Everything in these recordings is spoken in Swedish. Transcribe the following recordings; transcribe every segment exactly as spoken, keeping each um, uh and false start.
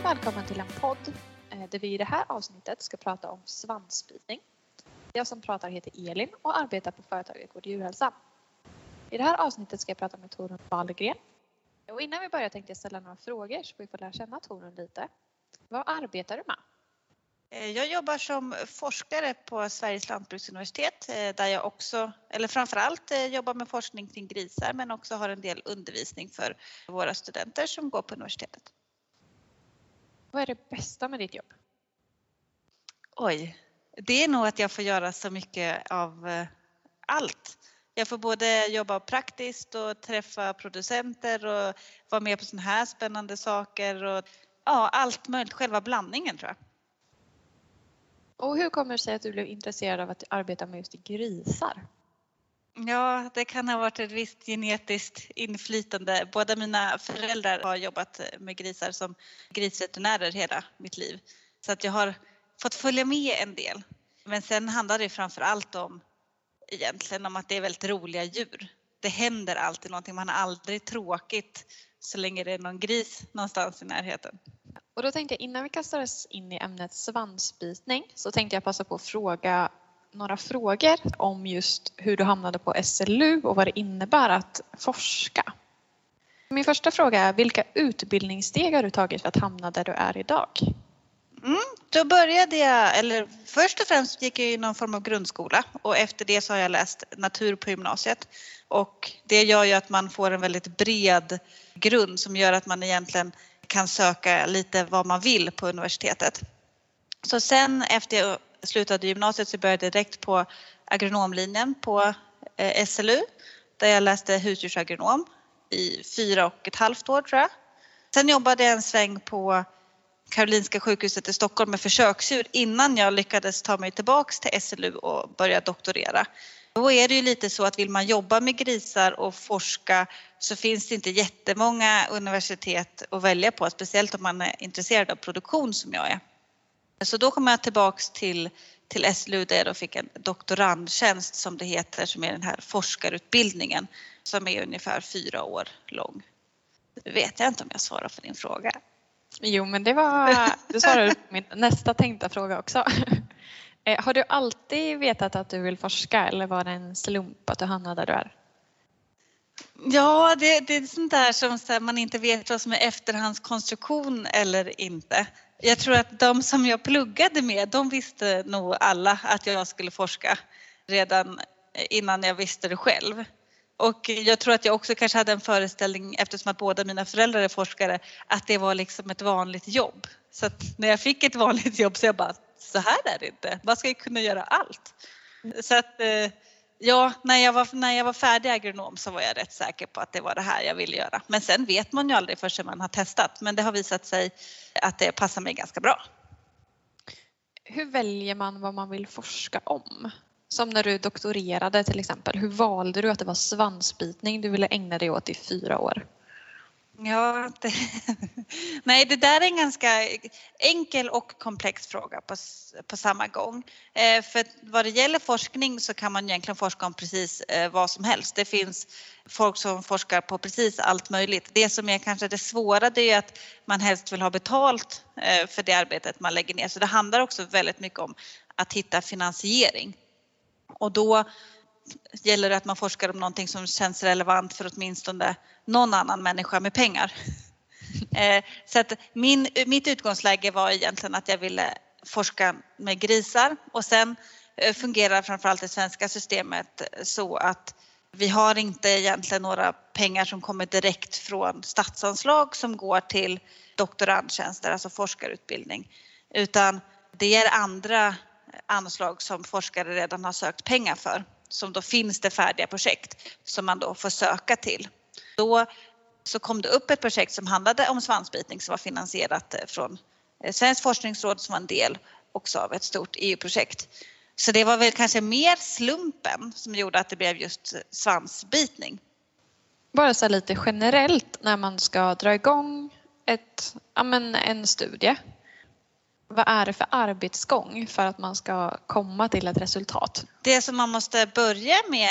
välkommen till en podd där vi i det här avsnittet ska prata om svansbitning. Jag som pratar heter Elin och arbetar på företaget God Djurhälsa. I det här avsnittet ska jag prata med Torun Wahlgren. Och innan vi börjar tänkte jag ställa några frågor så vi får lära känna Torun lite. Vad arbetar du med? Jag jobbar som forskare på Sveriges lantbruksuniversitet där jag också, eller framförallt jobbar med forskning kring grisar men också har en del undervisning för våra studenter som går på universitetet. Vad är det bästa med ditt jobb? Oj, det är nog att jag får göra så mycket av allt. Jag får både jobba praktiskt och träffa producenter och vara med på såna här spännande saker och ja, allt möjligt, själva blandningen tror jag. Och hur kommer det sig att du blev intresserad av att arbeta med just grisar? Ja, det kan ha varit ett visst genetiskt inflytande. Båda mina föräldrar har jobbat med grisar som grisveterinärer hela mitt liv. Så att jag har fått följa med en del. Men sen handlar det framför allt om egentligen om att det är väldigt roliga djur. Det händer alltid någonting, man har aldrig tråkigt så länge det är någon gris någonstans i närheten. Och då tänkte jag innan vi kastar oss in i ämnet svansbitning så tänkte jag passa på att fråga några frågor om just hur du hamnade på S L U och vad det innebär att forska. Min första fråga är, vilka utbildningssteg har du tagit för att hamna där du är idag? Mm, då började jag, eller först och främst gick jag i någon form av grundskola och efter det så har jag läst natur på gymnasiet. Och det gör ju att man får en väldigt bred grund som gör att man egentligen kan söka lite vad man vill på universitetet. Så sen efter jag slutade gymnasiet så började jag direkt på agronomlinjen på S L U där jag läste husdjursagronom i fyra och ett halvt år tror jag. Sen jobbade jag en sväng på Karolinska sjukhuset i Stockholm med försöksdjur innan jag lyckades ta mig tillbaks till S L U och börja doktorera. Då är det ju lite så att vill man jobba med grisar och forska så finns det inte jättemånga universitet att välja på, speciellt om man är intresserad av produktion som jag är. Så då kom jag tillbaks till, till S L U där jag då fick en doktorandtjänst som det heter, som är den här forskarutbildningen som är ungefär fyra år lång. Nu vet jag inte om jag svarar på din fråga. Jo, men det var, du svarade på min nästa tänkta fråga också. Har du alltid vetat att du vill forska eller var det en slump att du hamnade där du är? Ja, det, det är sånt där som så här, man inte vet vad som är efterhandskonstruktion eller inte. Jag tror att de som jag pluggade med, de visste nog alla att jag skulle forska redan innan jag visste det själv. Och jag tror att jag också kanske hade en föreställning, eftersom att båda mina föräldrar är forskare, att det var liksom ett vanligt jobb. Så att när jag fick ett vanligt jobb så jag bara, så här är det inte. Man ska ju kunna göra allt. Så att ja, när jag var, när jag var färdig agronom så var jag rätt säker på att det var det här jag ville göra. Men sen vet man ju aldrig förrän man har testat. Men det har visat sig att det passar mig ganska bra. Hur väljer man vad man vill forska om? Som när du doktorerade till exempel. Hur valde du att det var svansbitning du ville ägna dig åt i fyra år? Ja, det, nej det där är en ganska enkel och komplex fråga på, på samma gång. Eh, för vad det gäller forskning så kan man egentligen forska om precis eh, vad som helst. Det finns folk som forskar på precis allt möjligt. Det som är kanske det svåra det är att man helst vill ha betalt eh, för det arbetet man lägger ner. Så det handlar också väldigt mycket om att hitta finansiering. Och då gäller det att man forskar om någonting som känns relevant för åtminstone någon annan människa med pengar. Så att min, mitt utgångsläge var egentligen att jag ville forska med grisar och sen fungerar framförallt det svenska systemet så att vi har inte egentligen några pengar som kommer direkt från statsanslag som går till doktorandtjänster, alltså forskarutbildning, utan det är andra anslag som forskare redan har sökt pengar för. Som då finns det färdiga projekt som man då får söka till. Då så kom det upp ett projekt som handlade om svansbitning som var finansierat från Svenskt forskningsråd som var en del också av ett stort E U-projekt. Så det var väl kanske mer slumpen som gjorde att det blev just svansbitning. Bara så lite generellt när man ska dra igång ett, ja men en studie. Vad är det för arbetsgång för att man ska komma till ett resultat? Det som man måste börja med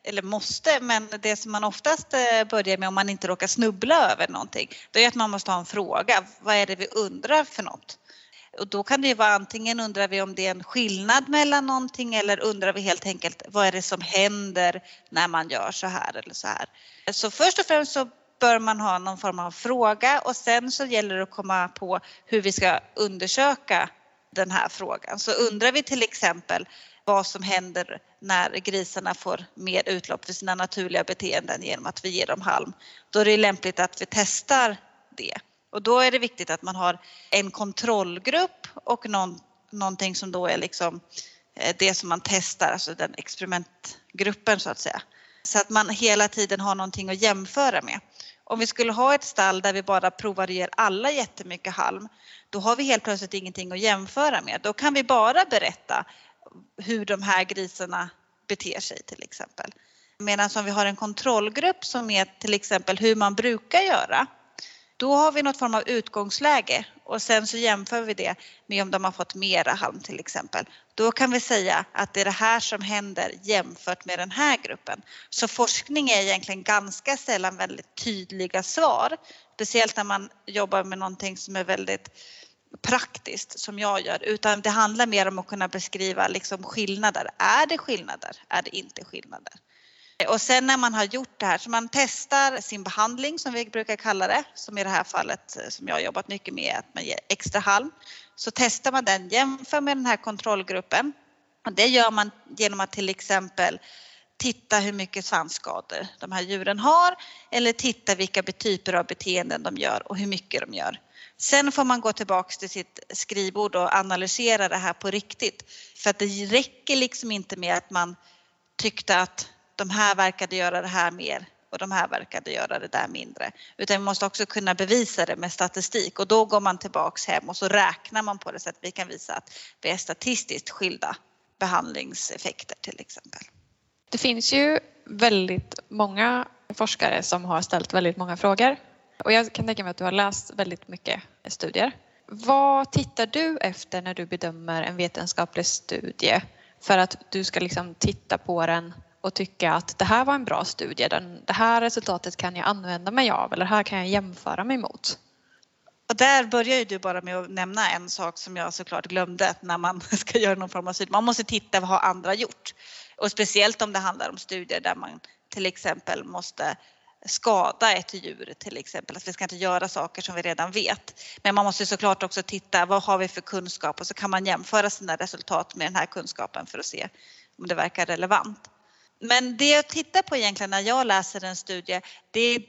eller måste, men det som man oftast börjar med om man inte råkar snubbla över någonting, då är att man måste ha en fråga. Vad är det vi undrar för något? Och då kan det ju vara antingen undrar vi om det är en skillnad mellan någonting eller undrar vi helt enkelt vad är det som händer när man gör så här eller så här. Så först och främst så bör man ha någon form av fråga och sen så gäller det att komma på hur vi ska undersöka den här frågan. Så undrar vi till exempel vad som händer när grisarna får mer utlopp för sina naturliga beteenden genom att vi ger dem halm. Då är det lämpligt att vi testar det. Och då är det viktigt att man har en kontrollgrupp och någon, någonting som då är liksom det som man testar, alltså den experimentgruppen så att säga. Så att man hela tiden har någonting att jämföra med. Om vi skulle ha ett stall där vi bara provar och ger alla jättemycket halm, då har vi helt plötsligt ingenting att jämföra med. Då kan vi bara berätta hur de här grisarna beter sig till exempel. Medan om vi har en kontrollgrupp som är till exempel hur man brukar göra, då har vi något form av utgångsläge och sen så jämför vi det med om de har fått mera halm till exempel. Då kan vi säga att det är det här som händer jämfört med den här gruppen. Så forskning är egentligen ganska sällan väldigt tydliga svar. Speciellt när man jobbar med någonting som är väldigt praktiskt som jag gör. Utan det handlar mer om att kunna beskriva liksom skillnader. Är det skillnader? Är det inte skillnader? Och sen när man har gjort det här så man testar sin behandling som vi brukar kalla det. Som i det här fallet som jag har jobbat mycket med att man ger extra halm. Så testar man den jämför med den här kontrollgruppen. Och det gör man genom att till exempel titta hur mycket svansskador de här djuren har. Eller titta vilka typer av beteenden de gör och hur mycket de gör. Sen får man gå tillbaka till sitt skrivbord och analysera det här på riktigt. För att det räcker liksom inte med att man tyckte att de här verkade göra det här mer och de här verkade göra det där mindre. Utan vi måste också kunna bevisa det med statistik och då går man tillbaks hem och så räknar man på det så att vi kan visa att vi är statistiskt skilda behandlingseffekter till exempel. Det finns ju väldigt många forskare som har ställt väldigt många frågor. Och jag kan tänka mig att du har läst väldigt mycket studier. Vad tittar du efter när du bedömer en vetenskaplig studie för att du ska liksom titta på den och tycka att det här var en bra studie, den, det här resultatet kan jag använda mig av eller här kan jag jämföra mig mot? Och där börjar ju du bara med att nämna en sak som jag såklart glömde när man ska göra någon form av studie. Man måste titta vad har andra gjort. Och speciellt om det handlar om studier där man till exempel måste skada ett djur till exempel. Att vi ska inte göra saker som vi redan vet. Men man måste såklart också titta vad har vi för kunskap och så kan man jämföra sina resultat med den här kunskapen för att se om det verkar relevant. Men det jag tittar på egentligen när jag läser en studie, det är,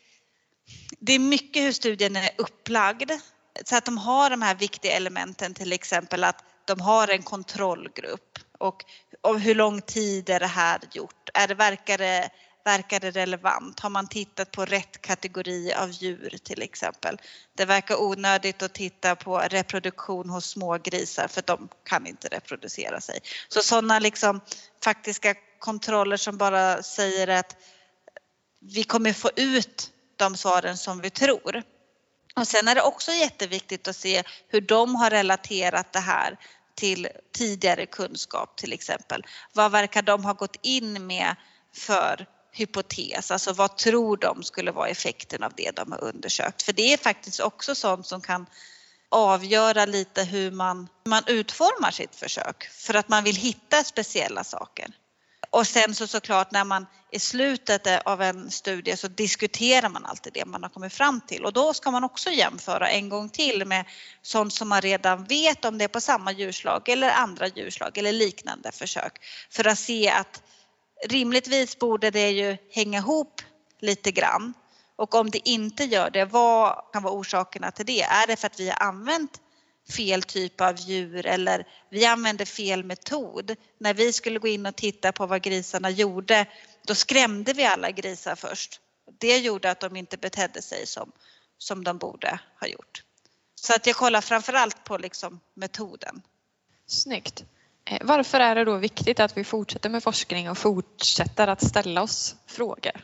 det är mycket hur studien är upplagd. Så att de har de här viktiga elementen, till exempel att de har en kontrollgrupp. Och, och hur lång tid är det här gjort? Är det, verkar, det, verkar det relevant? Har man tittat på rätt kategori av djur till exempel? Det verkar onödigt att titta på reproduktion hos små grisar för de kan inte reproducera sig. Så sådana liksom faktiska kontroller som bara säger att vi kommer få ut de svaren som vi tror. Och sen är det också jätteviktigt att se hur de har relaterat det här till tidigare kunskap till exempel. Vad verkar de ha gått in med för hypotes? Alltså vad tror de skulle vara effekten av det de har undersökt? För det är faktiskt också sånt som kan avgöra lite hur man, man utformar sitt försök. För att man vill hitta speciella saker. Och sen så såklart när man i slutet av en studie så diskuterar man alltid det man har kommit fram till. Och då ska man också jämföra en gång till med sånt som man redan vet om det är på samma djurslag eller andra djurslag eller liknande försök. För att se att rimligtvis borde det ju hänga ihop lite grann. Och om det inte gör det, vad kan vara orsakerna till det? Är det för att vi har använt fel typ av djur eller vi använde fel metod? När vi skulle gå in och titta på vad grisarna gjorde, då skrämde vi alla grisar först. Det gjorde att de inte betedde sig som, som de borde ha gjort. Så att jag kollar framförallt på liksom metoden. Snyggt. Varför är det då viktigt att vi fortsätter med forskning och fortsätter att ställa oss frågor?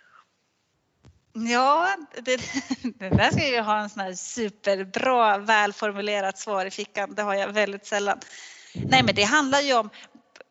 Ja, det, det där ska jag ha en sån här superbra, välformulerat svar i fickan. Det har jag väldigt sällan. Nej, men det handlar ju om,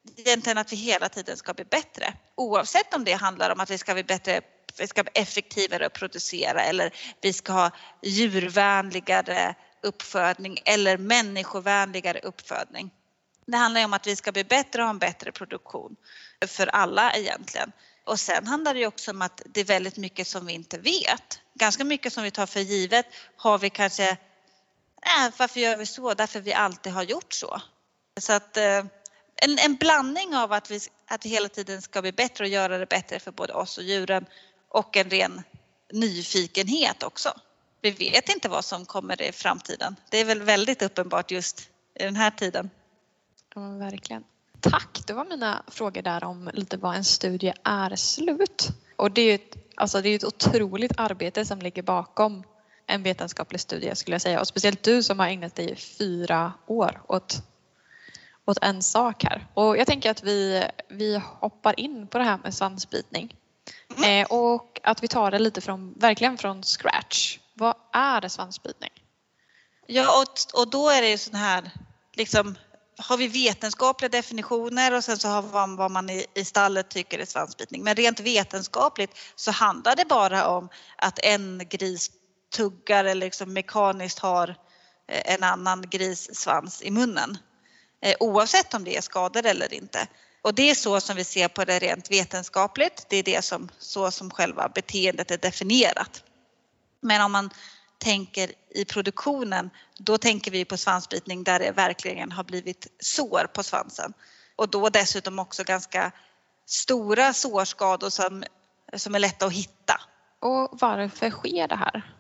egentligen att vi hela tiden ska bli bättre. Oavsett om det handlar om att vi ska bli bättre, vi ska bli effektivare att producera eller vi ska ha djurvänligare uppfödning eller människovänligare uppfödning. Det handlar om att vi ska bli bättre och ha en bättre produktion för alla egentligen. Och sen handlar det också om att det är väldigt mycket som vi inte vet. Ganska mycket som vi tar för givet har vi kanske, nej, varför gör vi så? Därför vi alltid har gjort så. Så att en, en blandning av att vi, att vi hela tiden ska bli bättre och göra det bättre för både oss och djuren och en ren nyfikenhet också. Vi vet inte vad som kommer i framtiden. Det är väl väldigt uppenbart just i den här tiden. Ja, verkligen. Tack, det var mina frågor där om lite vad en studie är slut. Och det är ju ett, alltså det är ett otroligt arbete som ligger bakom en vetenskaplig studie skulle jag säga. Och speciellt du som har ägnat dig fyra år åt, åt en sak här. Och jag tänker att vi, vi hoppar in på det här med svansbitning. Mm. Eh, och att vi tar det lite från, verkligen från scratch. Vad är svansbitning? Ja, och, och då är det ju sån här, liksom, har vi vetenskapliga definitioner och sen så har man vad man i, i stallet tycker är svansbitning. Men rent vetenskapligt så handlar det bara om att en gris tuggar eller liksom mekaniskt har en annan gris svans i munnen. Eh, oavsett om det är skador eller inte. Och det är så som vi ser på det rent vetenskapligt. Det är det som, så som själva beteendet är definierat. Men om man tänker i produktionen, då tänker vi på svansbitning där det verkligen har blivit sår på svansen. Och då dessutom också ganska stora sårskador som, som är lätta att hitta. Och varför sker det här?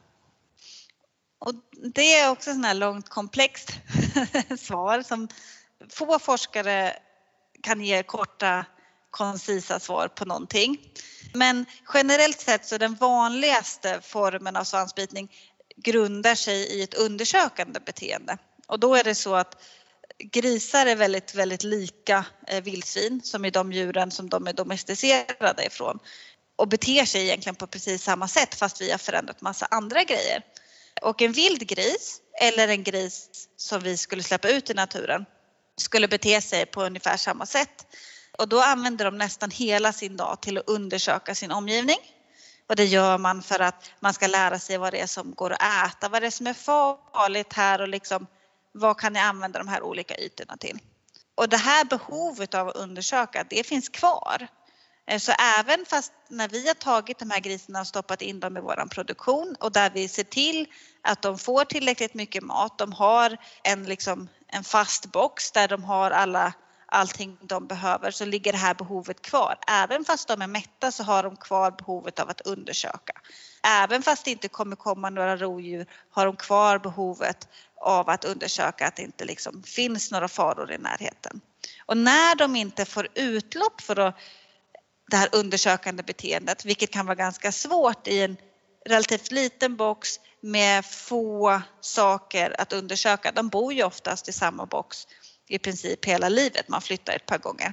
Och det är också ett långt komplext svar som få forskare kan ge korta, koncisa svar på någonting. Men generellt sett så den vanligaste formen av svansbitning grundar sig i ett undersökande beteende. Och då är det så att grisar är väldigt, väldigt lika vildsvin som är de djuren som de är domesticerade ifrån. Och beter sig egentligen på precis samma sätt fast vi har förändrat massa andra grejer. Och en vild gris eller en gris som vi skulle släppa ut i naturen skulle bete sig på ungefär samma sätt. Och då använder de nästan hela sin dag till att undersöka sin omgivning. Och det gör man för att man ska lära sig vad det är som går att äta, vad det är som är farligt här och liksom vad kan jag använda de här olika ytorna till. Och det här behovet av att undersöka, det finns kvar. Så även fast när vi har tagit de här grisarna och stoppat in dem i vår produktion och där vi ser till att de får tillräckligt mycket mat, de har en, liksom, en fast box där de har alla, allting de behöver, så ligger det här behovet kvar. Även fast de är mätta så har de kvar behovet av att undersöka. Även fast det inte kommer komma några rovdjur har de kvar behovet av att undersöka att det inte liksom finns några faror i närheten. Och när de inte får utlopp för att det här undersökande beteendet, vilket kan vara ganska svårt i en relativt liten box med få saker att undersöka. De bor ju oftast i samma box i princip hela livet, man flyttar ett par gånger.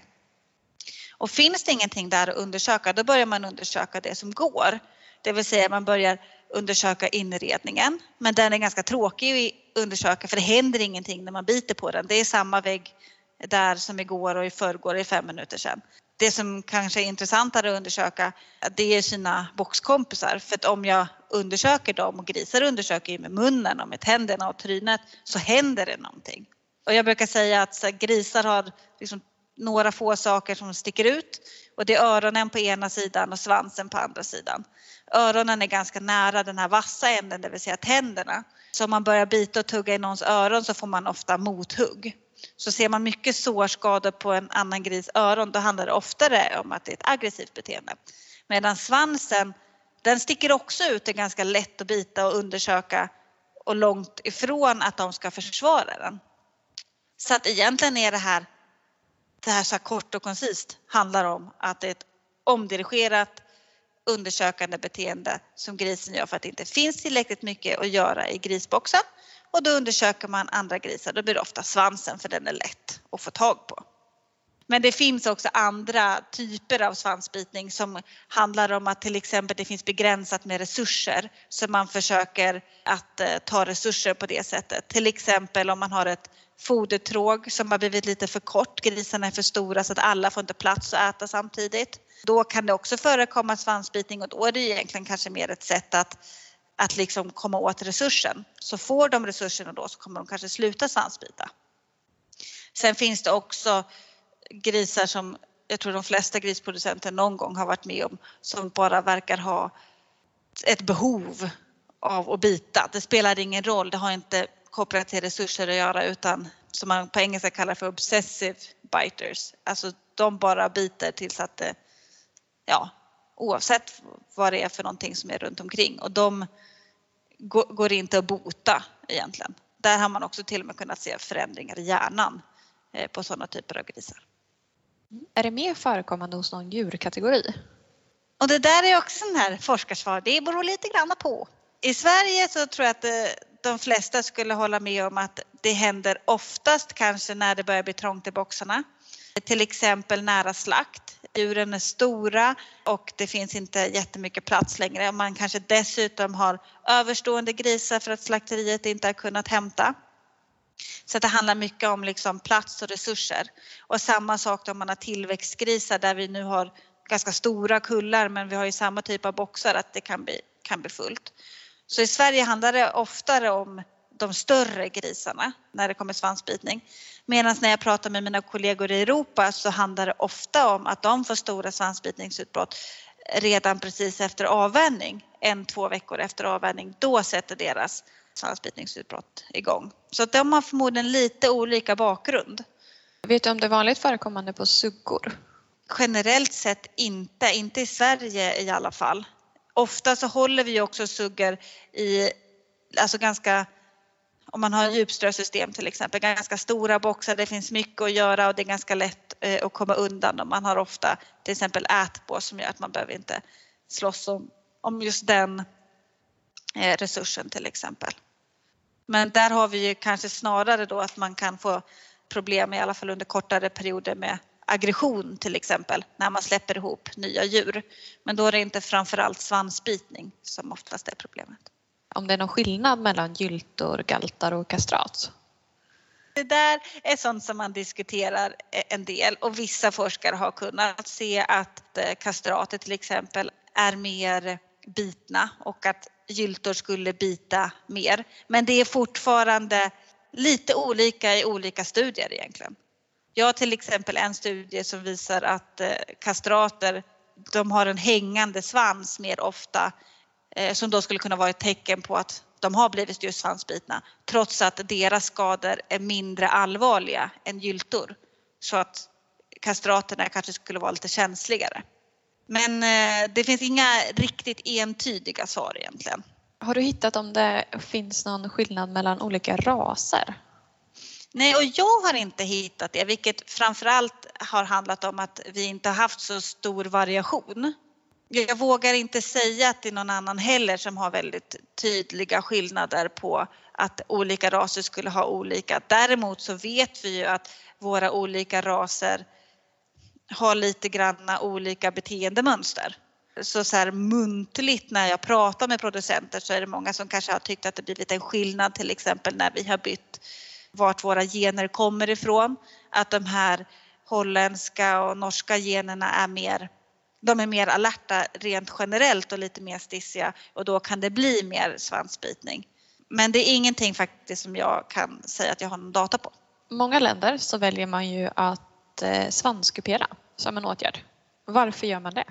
Och finns det ingenting där att undersöka, då börjar man undersöka det som går. Det vill säga man börjar undersöka inredningen, men den är ganska tråkig att undersöka för det händer ingenting när man biter på den. Det är samma vägg där som igår och i förrgår i fem minuter sedan. Det som kanske är intressantare att undersöka, det är sina boxkompisar. För att om jag undersöker dem, och grisar undersöker ju med munnen och med tänderna och trynet, så händer det någonting. Och jag brukar säga att så, grisar har liksom några få saker som sticker ut. Och det är öronen på ena sidan och svansen på andra sidan. Öronen är ganska nära den här vassa änden, det vill säga tänderna. Så om man börjar bita och tugga i någons öron så får man ofta mothugg. Så ser man mycket sårskador på en annan gris öron, då handlar det oftare om att det är ett aggressivt beteende. Medan svansen, den sticker också ut, är ganska lätt att bita och undersöka och långt ifrån att de ska försvara den. Så att egentligen är det här, det här så här kort och koncist handlar om att det är ett omdirigerat undersökande beteende som grisen gör för att det inte finns tillräckligt mycket att göra i grisboxen. Och då undersöker man andra grisar, då blir det ofta svansen för den är lätt att få tag på. Men det finns också andra typer av svansbitning som handlar om att till exempel det finns begränsat med resurser. Så man försöker att ta resurser på det sättet. Till exempel om man har ett fodertråg som har blivit lite för kort. Grisarna är för stora så att alla får inte plats att äta samtidigt. Då kan det också förekomma svansbitning och då är det egentligen kanske mer ett sätt att, att liksom komma åt resursen. Så får de resurserna då så kommer de kanske sluta svansbita. Sen finns det också grisar som jag tror de flesta grisproducenter någon gång har varit med om som bara verkar ha ett behov av att bita. Det spelar ingen roll, det har inte kopplat till resurser att göra utan som man på engelska kallar för obsessive biters. Alltså de bara biter tills att det, ja, oavsett vad det är för någonting som är runt omkring. Och de går inte att bota egentligen. Där har man också till och med kunnat se förändringar i hjärnan på sådana typer av grisar. Är det mer förekommande hos någon djurkategori? Och det där är också en här forskarsvar. Det beror lite grann på. I Sverige så tror jag att de flesta skulle hålla med om att det händer oftast kanske när det börjar bli trångt i boxarna. Till exempel nära slakt. Djuren är stora och det finns inte jättemycket plats längre. Man kanske dessutom har överstående grisar för att slakteriet inte har kunnat hämta. Så det handlar mycket om liksom plats och resurser. Och samma sak om man har tillväxtgrisar där vi nu har ganska stora kullar men vi har ju samma typ av boxar att det kan bli, kan bli fullt. Så i Sverige handlar det oftare om de större grisarna när det kommer svansbitning. Medan när jag pratar med mina kollegor i Europa så handlar det ofta om att de får stora svansbitningsutbrott redan precis efter avvänjning. En, två veckor efter avvänjning, då sätter deras svansbitningsutbrott igång. Så att de har förmodligen lite olika bakgrund. Vet du om det är vanligt förekommande på suggor? Generellt sett inte, inte i Sverige i alla fall. Ofta så håller vi också suggor i, alltså ganska, om man har djupströsystem till exempel, ganska stora boxar, det finns mycket att göra och det är ganska lätt att komma undan. Och man har ofta till exempel ätbås som gör att man behöver inte slåss om, om just den resursen till exempel. Men där har vi ju kanske snarare då att man kan få problem i alla fall under kortare perioder med aggression till exempel när man släpper ihop nya djur. Men då är det inte framförallt svansbitning som oftast är problemet. Om det är någon skillnad mellan gyltor, galtar och kastrat? Det där är sånt som man diskuterar en del och vissa forskare har kunnat se att kastrater till exempel är mer bitna och att gyltor skulle bita mer. Men det är fortfarande lite olika i olika studier egentligen. Jag har till exempel en studie som visar att kastrater, de har en hängande svans mer ofta som då skulle kunna vara ett tecken på att de har blivit just svansbitna trots att deras skador är mindre allvarliga än gyltor. Så att kastraterna kanske skulle vara lite känsligare. Men det finns inga riktigt entydiga svar egentligen. Har du hittat om det finns någon skillnad mellan olika raser? Nej, och jag har inte hittat det, vilket framförallt har handlat om att vi inte har haft så stor variation. Jag vågar inte säga att det är någon annan heller som har väldigt tydliga skillnader på att olika raser skulle ha olika. Däremot så vet vi ju att våra olika raser har lite grann olika beteendemönster. Så, så här muntligt när jag pratar med producenter så är det många som kanske har tyckt att det blivit en skillnad till exempel när vi har bytt vart våra gener kommer ifrån. Att de här holländska och norska generna är mer, de är mer alerta rent generellt och lite mer stissiga och då kan det bli mer svansbitning. Men det är ingenting faktiskt som jag kan säga att jag har någon data på. I många länder så väljer man ju att eh, svanskupera som en åtgärd. Varför gör man det?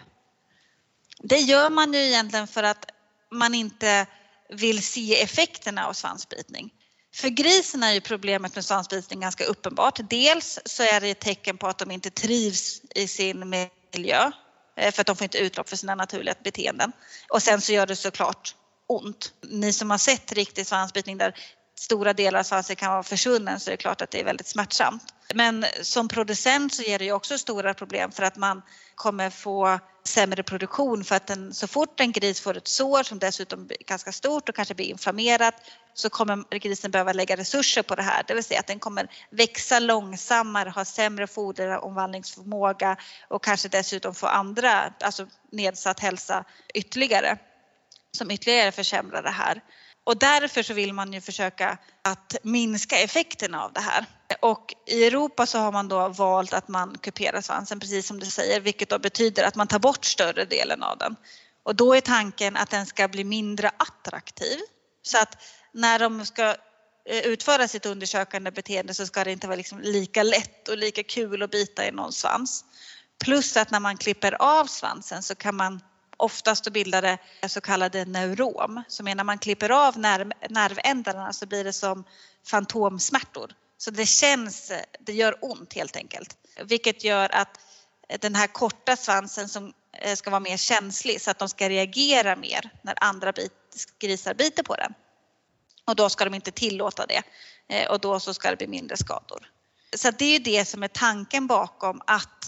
Det gör man ju egentligen för att man inte vill se effekterna av svansbitning. För grisen är ju problemet med svansbitning ganska uppenbart. Dels så är det ett tecken på att de inte trivs i sin miljö för att de får inte utlopp för sina naturliga beteenden. Och sen så gör det såklart ont. Ni som har sett riktig svansbitning där stora delar av svansen kan vara försvunnen så är det klart att det är väldigt smärtsamt. Men som producent så ger det ju också stora problem för att man kommer få sämre produktion för att den, så fort en gris får ett sår som dessutom blir ganska stort och kanske blir inflammerat så kommer grisen behöva lägga resurser på det här. Det vill säga att den kommer växa långsammare, ha sämre foderomvandlingsförmåga och kanske dessutom få andra, alltså nedsatt hälsa ytterligare som ytterligare försämrar det här. Och därför så vill man ju försöka att minska effekterna av det här. Och i Europa så har man då valt att man kuperar svansen, precis som du säger, vilket då betyder att man tar bort större delen av den. Och då är tanken att den ska bli mindre attraktiv. Så att när de ska utföra sitt undersökande beteende så ska det inte vara liksom lika lätt och lika kul att bita i någon svans. Plus att när man klipper av svansen så kan man oftast bilda det så kallade neurom. Så när man klipper av nerv, nervändarna så blir det som fantomsmärtor. Så det känns, det gör ont helt enkelt. Vilket gör att den här korta svansen som ska vara mer känslig så att de ska reagera mer när andra bit, grisar biter på den. Och då ska de inte tillåta det. Och då så ska det bli mindre skador. Så det är ju det som är tanken bakom att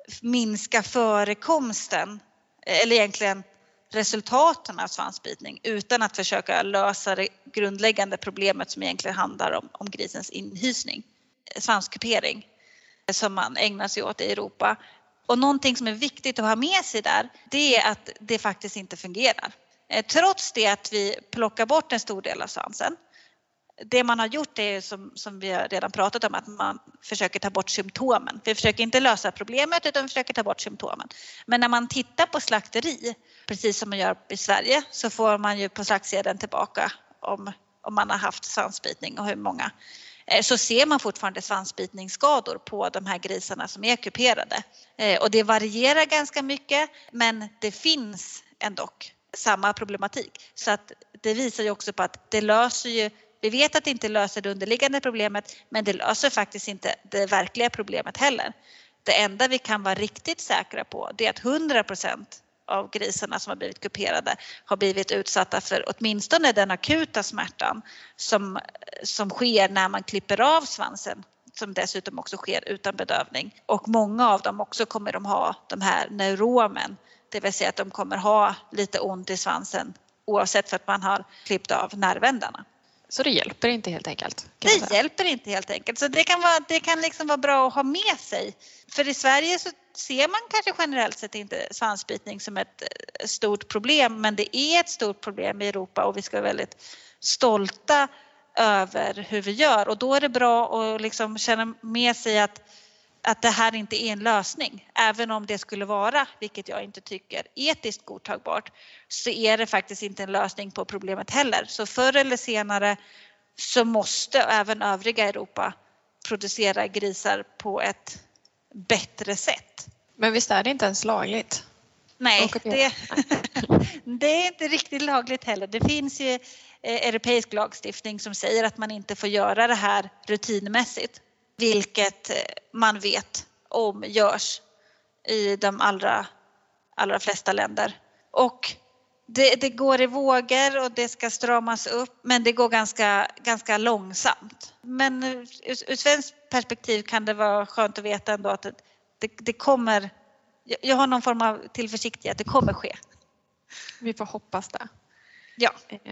minska förekomsten eller egentligen resultaten av svansbitning utan att försöka lösa det grundläggande problemet som egentligen handlar om, om grisens inhysning. Svanskupering som man ägnar sig åt i Europa. Och någonting som är viktigt att ha med sig där, det är att det faktiskt inte fungerar. Trots det att vi plockar bort en stor del av svansen. Det man har gjort är som, som vi har redan pratat om, att man försöker ta bort symptomen. Vi försöker inte lösa problemet utan vi försöker ta bort symptomen. Men när man tittar på slakteri, precis som man gör i Sverige, så får man ju på slaktsedeln tillbaka om, om man har haft svansbitning och hur många. Så ser man fortfarande svansbitningsskador på de här grisarna som är kuperade. Och det varierar ganska mycket, men det finns ändå samma problematik. Så att det visar ju också på att det löser ju, vi vet att det inte löser det underliggande problemet, men det löser faktiskt inte det verkliga problemet heller. Det enda vi kan vara riktigt säkra på, det är att hundra procent av grisarna som har blivit kuperade har blivit utsatta för åtminstone den akuta smärtan som, som sker när man klipper av svansen, som dessutom också sker utan bedövning. Och många av dem också kommer de ha de här neuromen, det vill säga att de kommer ha lite ont i svansen oavsett för att man har klippt av nervändarna. Så det hjälper inte helt enkelt? Det hjälper inte helt enkelt. Så det kan, vara, det kan liksom vara bra att ha med sig. För i Sverige så ser man kanske generellt sett inte svansbitning som ett stort problem. Men det är ett stort problem i Europa och vi ska vara väldigt stolta över hur vi gör. Och då är det bra att liksom känna med sig att, att det här inte är en lösning. Även om det skulle vara, vilket jag inte tycker, etiskt godtagbart, så är det faktiskt inte en lösning på problemet heller. Så förr eller senare så måste även övriga Europa producera grisar på ett bättre sätt. Men visst är det inte ens lagligt? Nej, det, det är inte riktigt lagligt heller. Det finns ju europeisk lagstiftning som säger att man inte får göra det här rutinmässigt. Vilket man vet om görs i de allra, allra flesta länder. Och det, det går i vågor och det ska stramas upp, men det går ganska, ganska långsamt. Men ur, ur svenskt perspektiv kan det vara skönt att veta ändå att det, det kommer, jag har någon form av tillförsiktighet att det kommer ske. Vi får hoppas det. Ja.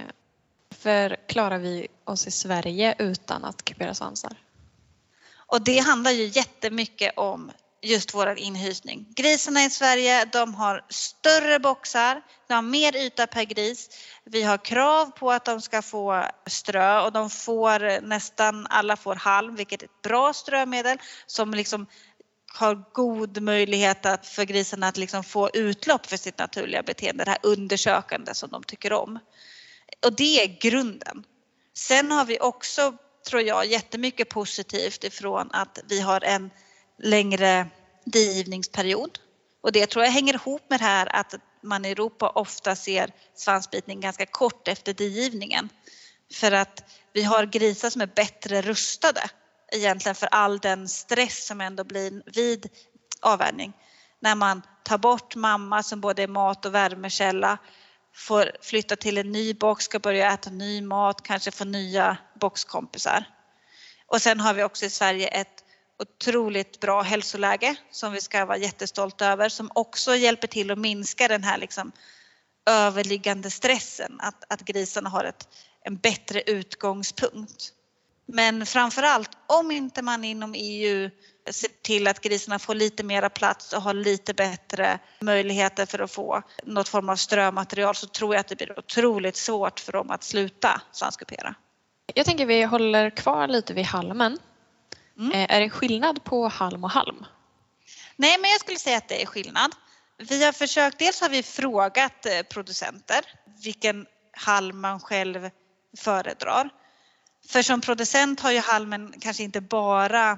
För klarar vi oss i Sverige utan att kupera svansar? Och det handlar ju jättemycket om just vår inhysning. Grisarna i Sverige, de har större boxar, de har mer yta per gris. Vi har krav på att de ska få strö och de får nästan alla får halm, vilket är ett bra strömedel som liksom har god möjlighet att för grisarna att liksom få utlopp för sitt naturliga beteende, det här undersökande som de tycker om. Och det är grunden. Sen har vi också, tror jag, jättemycket positivt ifrån att vi har en längre digivningsperiod. Och det tror jag hänger ihop med det här att man i Europa ofta ser svansbitning ganska kort efter digivningen. För att vi har grisar som är bättre rustade egentligen för all den stress som ändå blir vid avvänjning. När man tar bort mamma som både är mat och värmekälla, får flytta till en ny box, ska börja äta ny mat, kanske få nya boxkompisar. Och sen har vi också i Sverige ett otroligt bra hälsoläge som vi ska vara jättestolta över, som också hjälper till att minska den här liksom överliggande stressen, att, att grisarna har ett, en bättre utgångspunkt. Men framförallt om inte man inom E U ser till att grisarna får lite mera plats och har lite bättre möjligheter för att få något form av strömaterial, så tror jag att det blir otroligt svårt för dem att sluta svanskupera. Jag tänker vi håller kvar lite vid halmen. Mm. Är det skillnad på halm och halm? Nej, men jag skulle säga att det är skillnad. Vi har försökt, dels har vi frågat producenter vilken halm man själv föredrar. För som producent har ju halmen kanske inte bara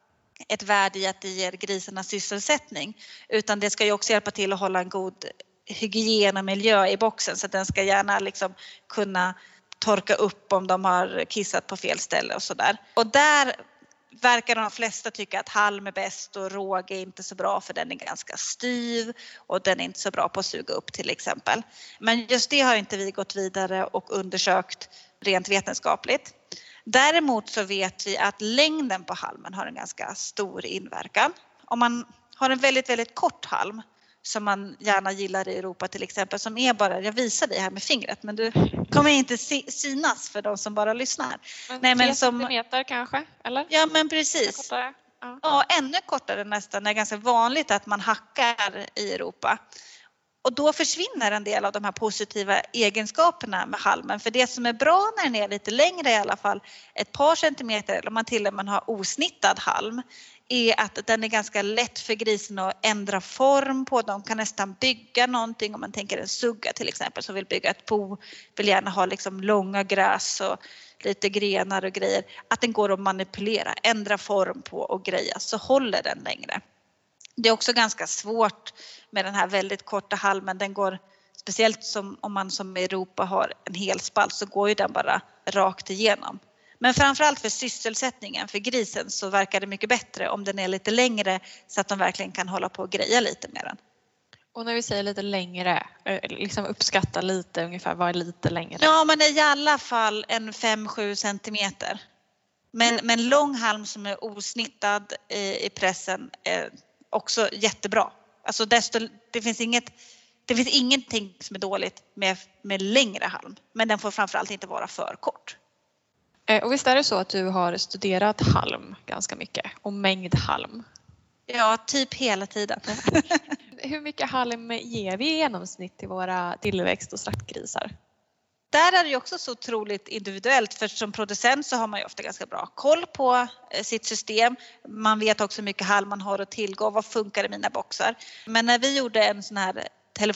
ett värde i att det ger grisarna sysselsättning, utan det ska ju också hjälpa till att hålla en god hygien och miljö i boxen, så att den ska gärna liksom kunna torka upp om de har kissat på fel ställe och sådär. Och där verkar de flesta tycka att halm är bäst och råg är inte så bra, för den är ganska styv och den är inte så bra på att suga upp till exempel. Men just det har inte vi gått vidare och undersökt rent vetenskapligt. Däremot så vet vi att längden på halmen har en ganska stor inverkan. Om man har en väldigt, väldigt kort halm, som man gärna gillar i Europa till exempel, som är bara, jag visar dig här med fingret, men du kommer inte synas för de som bara lyssnar. Men Nej, men som centimeter kanske, eller? Ja, men precis. Ja. Ja, ännu kortare nästan. Det är ganska vanligt att man hackar i Europa. Och då försvinner en del av de här positiva egenskaperna med halmen. För det som är bra när den är lite längre, i alla fall ett par centimeter, eller om man till och med har osnittad halm, är att den är ganska lätt för grisen att ändra form på. De kan nästan bygga någonting, om man tänker en sugga till exempel som vill bygga ett bo, vill gärna ha liksom långa gräs och lite grenar och grejer. Att den går att manipulera, ändra form på och greja, så håller den längre. Det är också ganska svårt med den här väldigt korta halmen. Den går, speciellt som, om man som i Europa har en hel spalt, så går ju den bara rakt igenom. Men framförallt för sysselsättningen för grisen så verkar det mycket bättre om den är lite längre, så att de verkligen kan hålla på och greja lite med den. Och när vi säger lite längre, liksom uppskatta lite ungefär, vad är lite längre? Ja, men i alla fall en fem sju centimeter. Men, mm. men lång halm som är osnittad i, i pressen är också jättebra. Alltså desto, det finns inget, det finns ingenting som är dåligt med, med längre halm. Men den får framförallt inte vara för kort. Och visst är det så att du har studerat halm ganska mycket och mängd halm? Ja, typ hela tiden. Hur mycket halm ger vi i genomsnitt till våra tillväxt- och slaktgrisar? Där är det ju också så otroligt individuellt, för som producent så har man ju ofta ganska bra koll på sitt system. Man vet också hur mycket halm man har att tillgå, vad funkar i mina boxar. Men när vi gjorde en sån här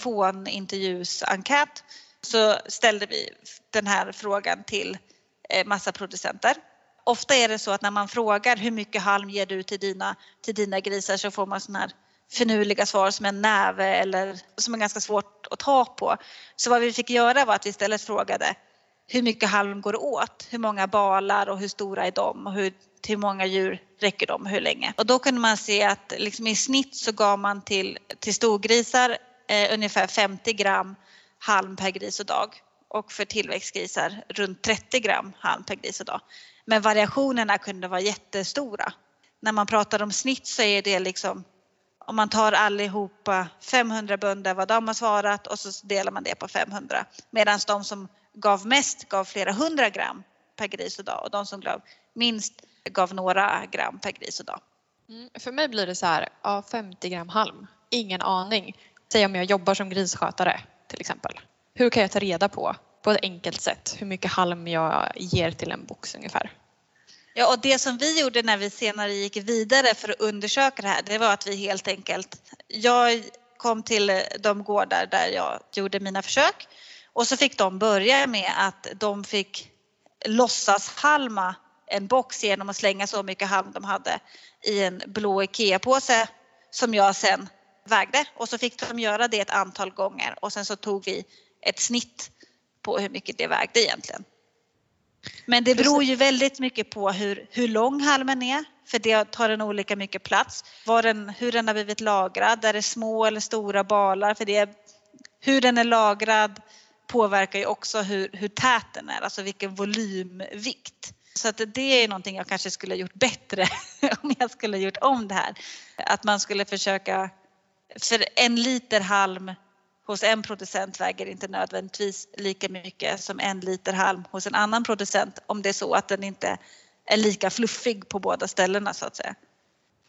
telefonintervjusenkät så ställde vi den här frågan till massa producenter. Ofta är det så att när man frågar hur mycket halm ger du till dina, till dina grisar, så får man sån här finurliga svar som en näve eller som är ganska svårt att ta på. Så vad vi fick göra var att vi istället frågade hur mycket halm går åt, hur många balar och hur stora är de och hur, till hur många djur räcker de och hur länge. Och då kunde man se att liksom i snitt så gav man till, till storgrisar eh, ungefär femtio gram halm per gris och dag, och för tillväxtgrisar runt trettio gram halm per gris och dag. Men variationerna kunde vara jättestora. När man pratar om snitt så är det liksom, om man tar allihopa femhundra bönder vad de har svarat och så delar man det på femhundra. Medan de som gav mest gav flera hundra gram per gris och dag, och de som gav minst gav några gram per gris och dag. Mm, för mig blir det så här, ja, femtio gram halm, ingen aning. Säg om jag jobbar som grisskötare till exempel. Hur kan jag ta reda på, på ett enkelt sätt, hur mycket halm jag ger till en box ungefär? Ja, och det som vi gjorde när vi senare gick vidare för att undersöka det här, det var att vi helt enkelt, jag kom till de gårdar där jag gjorde mina försök, och så fick de börja med att de fick låtsas halma en box genom att slänga så mycket halm de hade i en blå Ikea-påse som jag sen vägde, och så fick de göra det ett antal gånger, och sen så tog vi ett snitt på hur mycket det vägde egentligen. Men det beror ju väldigt mycket på hur, hur lång halmen är, för det tar den olika mycket plats. Var den, hur den har blivit lagrad, är det små eller stora balar, för det, hur den är lagrad påverkar ju också hur, hur tät den är, alltså vilken volymvikt. Så att det är någonting jag kanske skulle ha gjort bättre om jag skulle ha gjort om det här. Att man skulle försöka, för en liter halm hos en producent väger inte nödvändigtvis lika mycket som en liter halm hos en annan producent, om det är så att den inte är lika fluffig på båda ställena så att säga.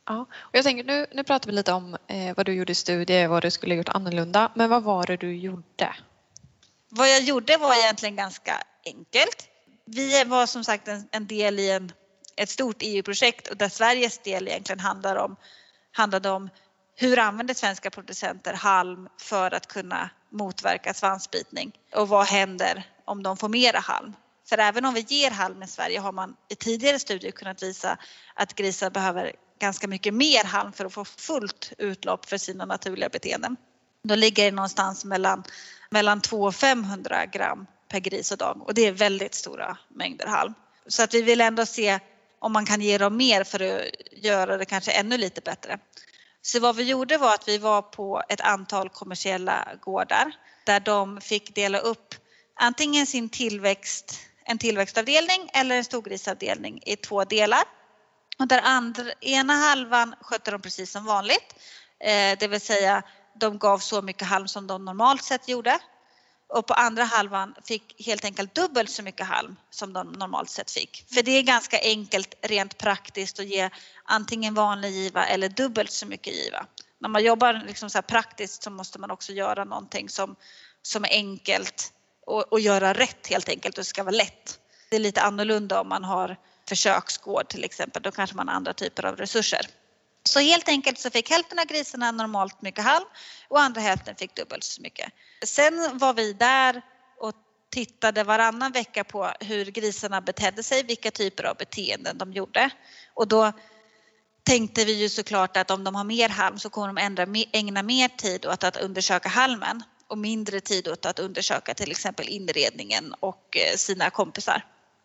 Ja, och jag tänker nu, nu pratar vi lite om eh, vad du gjorde i studier, vad du skulle ha gjort annorlunda. Men vad var det du gjorde? Vad jag gjorde var egentligen ganska enkelt. Vi var som sagt en, en del i en, ett stort E U-projekt och där Sveriges del egentligen handlar om, handlade om hur använder svenska producenter halm för att kunna motverka svansbitning och vad händer om de får mera halm. För även om vi ger halm i Sverige har man i tidigare studier kunnat visa att grisar behöver ganska mycket mer halm för att få fullt utlopp för sina naturliga beteenden. Då ligger det någonstans mellan, mellan två och femhundra gram per gris och dag och det är väldigt stora mängder halm. Så att vi vill ändå se om man kan ge dem mer för att göra det kanske ännu lite bättre. Så vad vi gjorde var att vi var på ett antal kommersiella gårdar där de fick dela upp antingen sin tillväxt, en tillväxtavdelning eller en storgrisavdelning i två delar. Och där andra, ena halvan skötte de precis som vanligt. Eh, det vill säga de gav så mycket halm som de normalt sett gjorde. Och på andra halvan fick helt enkelt dubbelt så mycket halm som de normalt sett fick. För det är ganska enkelt rent praktiskt att ge antingen vanlig giva eller dubbelt så mycket giva. När man jobbar liksom så här praktiskt så måste man också göra någonting som, som är enkelt och, och göra rätt helt enkelt och det ska vara lätt. Det är lite annorlunda om man har försöksgård till exempel. Då kanske man har andra typer av resurser. Så helt enkelt så fick hälften av grisarna normalt mycket halm och andra hälften fick dubbelt så mycket. Sen var vi där och tittade varannan vecka på hur grisarna betedde sig, vilka typer av beteenden de gjorde. Och då tänkte vi ju såklart att om de har mer halm så kommer de ändra, ägna mer tid åt att undersöka halmen och mindre tid åt att undersöka till exempel inredningen och sina kompisar.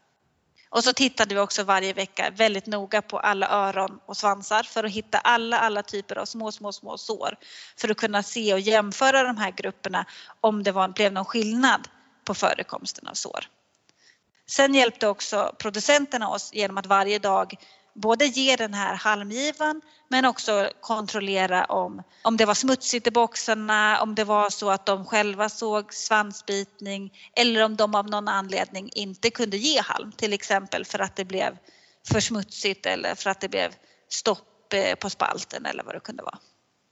Och så tittade vi också varje vecka väldigt noga på alla öron och svansar för att hitta alla, alla typer av små, små, små sår. För att kunna se och jämföra de här grupperna om det var, blev någon skillnad på förekomsten av sår. Sen hjälpte också producenterna oss genom att varje dag både ge den här halmgivan men också kontrollera om, om det var smutsigt i boxarna, om det var så att de själva såg svansbitning eller om de av någon anledning inte kunde ge halm. Till exempel för att det blev för smutsigt eller för att det blev stopp på spalten eller vad det kunde vara.